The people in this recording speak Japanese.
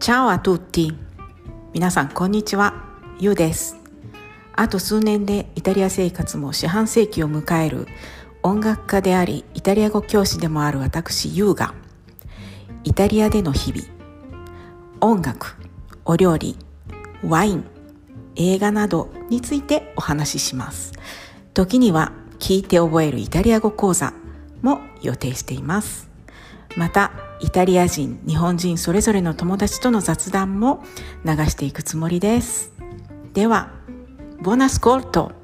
Ciao a tutti。皆さんこんにちは、ゆうです。あと数年でイタリア生活も四半世紀を迎える音楽家でありイタリア語教師でもある私ゆうが、イタリアでの日々、音楽、お料理、ワイン、映画などについてお話しします。時には聞いて覚えるイタリア語講座も予定しています。またイタリア人、日本人それぞれの友達との雑談も流していくつもりです。では、buon ascolto。